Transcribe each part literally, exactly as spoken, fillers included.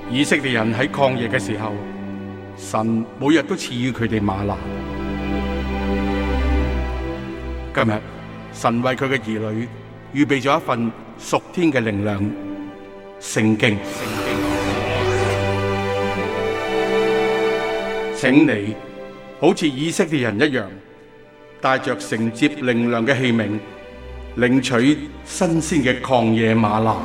以色列人喺曠野嘅時候，神每日都賜予佢哋嗎哪。今日神為佢嘅兒女預備咗一份屬天嘅靈糧——聖經。請你好似以色列人一樣，帶着承接靈糧嘅器皿，領取新鮮嘅曠野嗎哪。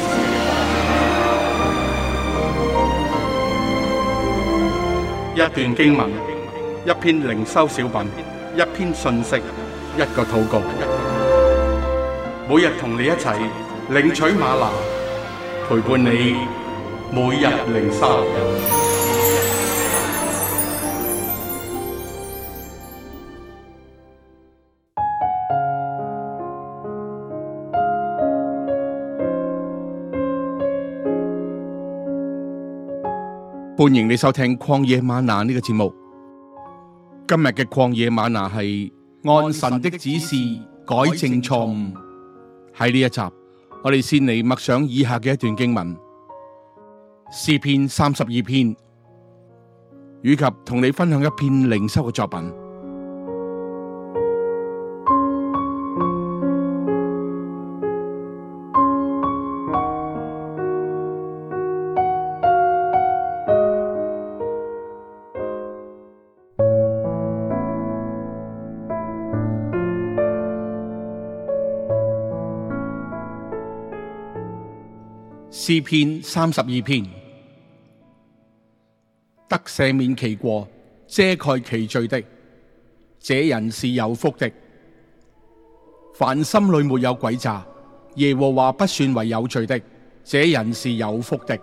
一段經文，一篇靈修小品，一篇信息，一個禱告。每日同你一齊領取嗎哪，陪伴你每日靈修。歡迎你收聽曠野嗎哪呢個節目。今日嘅曠野嗎哪係按神的指示改正錯誤。喺呢一集，我哋先嚟默想以下嘅一段經文：詩篇三十二篇，以及同你分享一篇靈修嘅作品。詩篇三十二篇，得赦免其過、遮蓋其罪的，這人是有福的。凡心裏沒有詭詐，耶和華不算為有罪的，這人是有福的。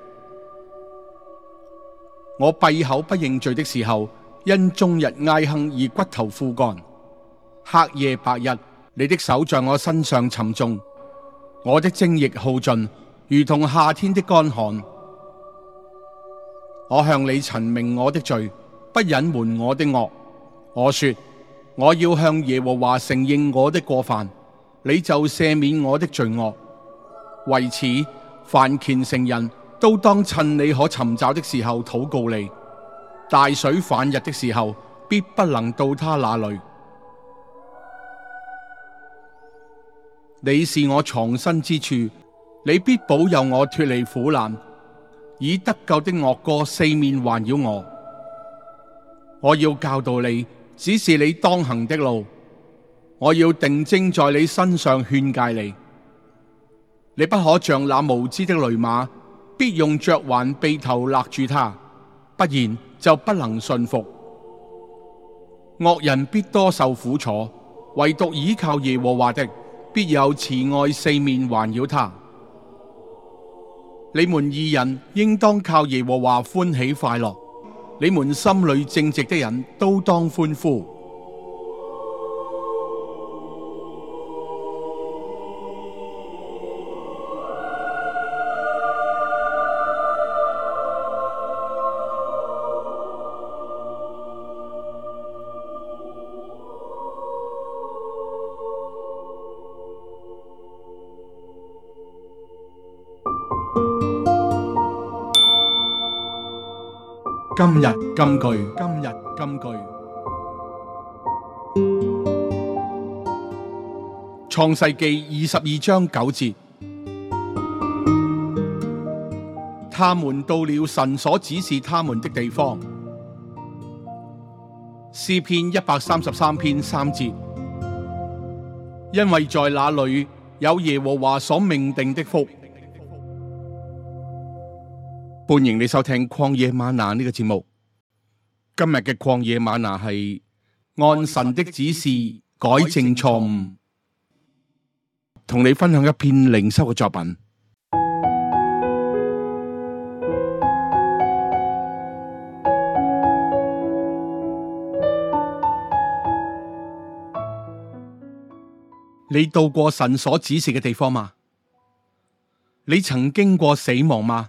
我閉口不認罪的時候，因終日唉哼而骨頭枯乾。黑夜白日，你的手在我身上沉重，我的精液耗盡，如同夏天的乾旱。我向你陳明我的罪，不隱瞞我的惡。我說，我要向耶和華承認我的過犯，你就赦免我的罪惡。為此，凡虔誠人都當趁你可尋找的時候禱告你。大水泛溢的時候，必不能到他那裏。你是我藏身之處，你必保佑我脫離苦難，以得救的樂歌四面環繞我。我要教導你，指示你當行的路。我要定睛在你身上勸誡你。你不可像那無知的騾馬，必用嚼環轡頭勒住他，不然就不能順服。惡人必多受苦楚，唯獨倚靠耶和華的，必有慈愛四面環繞他。你們義人應當靠耶和華歡喜快樂，你們心裏正直的人都當歡呼。今日金句，今日金句。創世記二十二章九節，他們到了神所指示他們的地方。詩篇一百三十三篇三節，因為在那裏有耶和華所命定的福。歡迎你收聽曠野嗎哪呢個節目。今日嘅曠野嗎哪係按神的指示改正錯誤，同你分享一篇靈修嘅作品。你到過神所指示嘅地方嗎？你曾經過死亡嗎？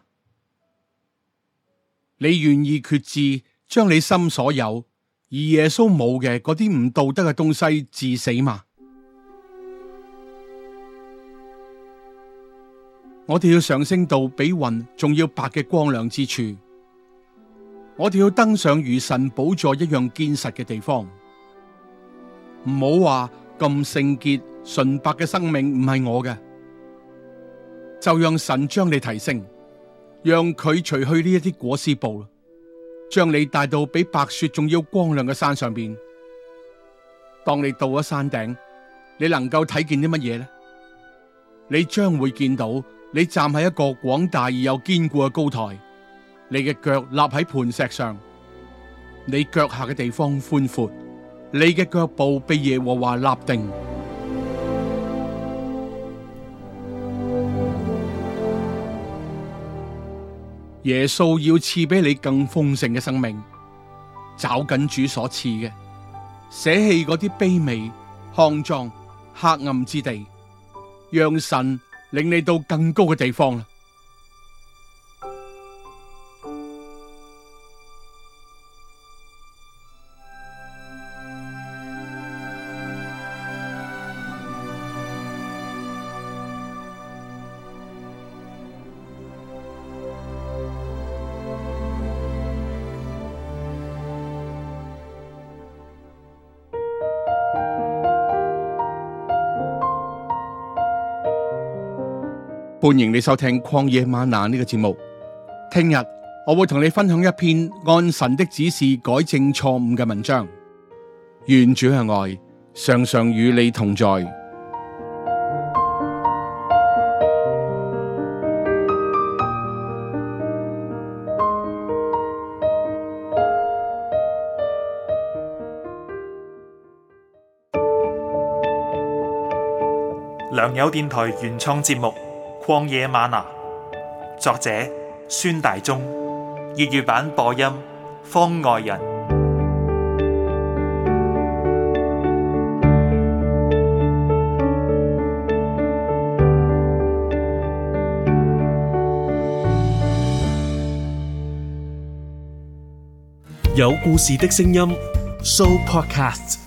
你願意決志將你心所有而耶穌冇嘅嗰啲唔道德嘅東西治死嗎？ 我哋要上升到比雲仲要白嘅光亮之處，我哋要登上如神寶座一樣堅實嘅地方。唔好話咁聖潔純白嘅生命唔係我嘅，就讓神將你提升，讓佢除去呢一啲裹屍布，將你帶到比白雪仲要光亮嘅山上邊。當你到咗山頂，你能夠睇見啲乜嘢呢？你將會見到你站喺一個廣大而又堅固嘅高台，你嘅腳立喺磐石上，你腳下嘅地方寬闊，你嘅腳步被耶和華立定。耶穌要賜俾你更豐盛嘅生命，找緊主所賜嘅，捨棄嗰啲卑微、骯髒、黑暗之地，讓神領你到更高嘅地方啦。歡迎你收聽曠野嗎哪呢個節目。聽日我會同你分享一篇按神的指示改正錯誤嘅文章。願主嘅愛常常與你同在。 良友電台原創節目曠野嗎哪，作者孫大中，粵語版播音方外人， 有故事的聲音 Show Podcast。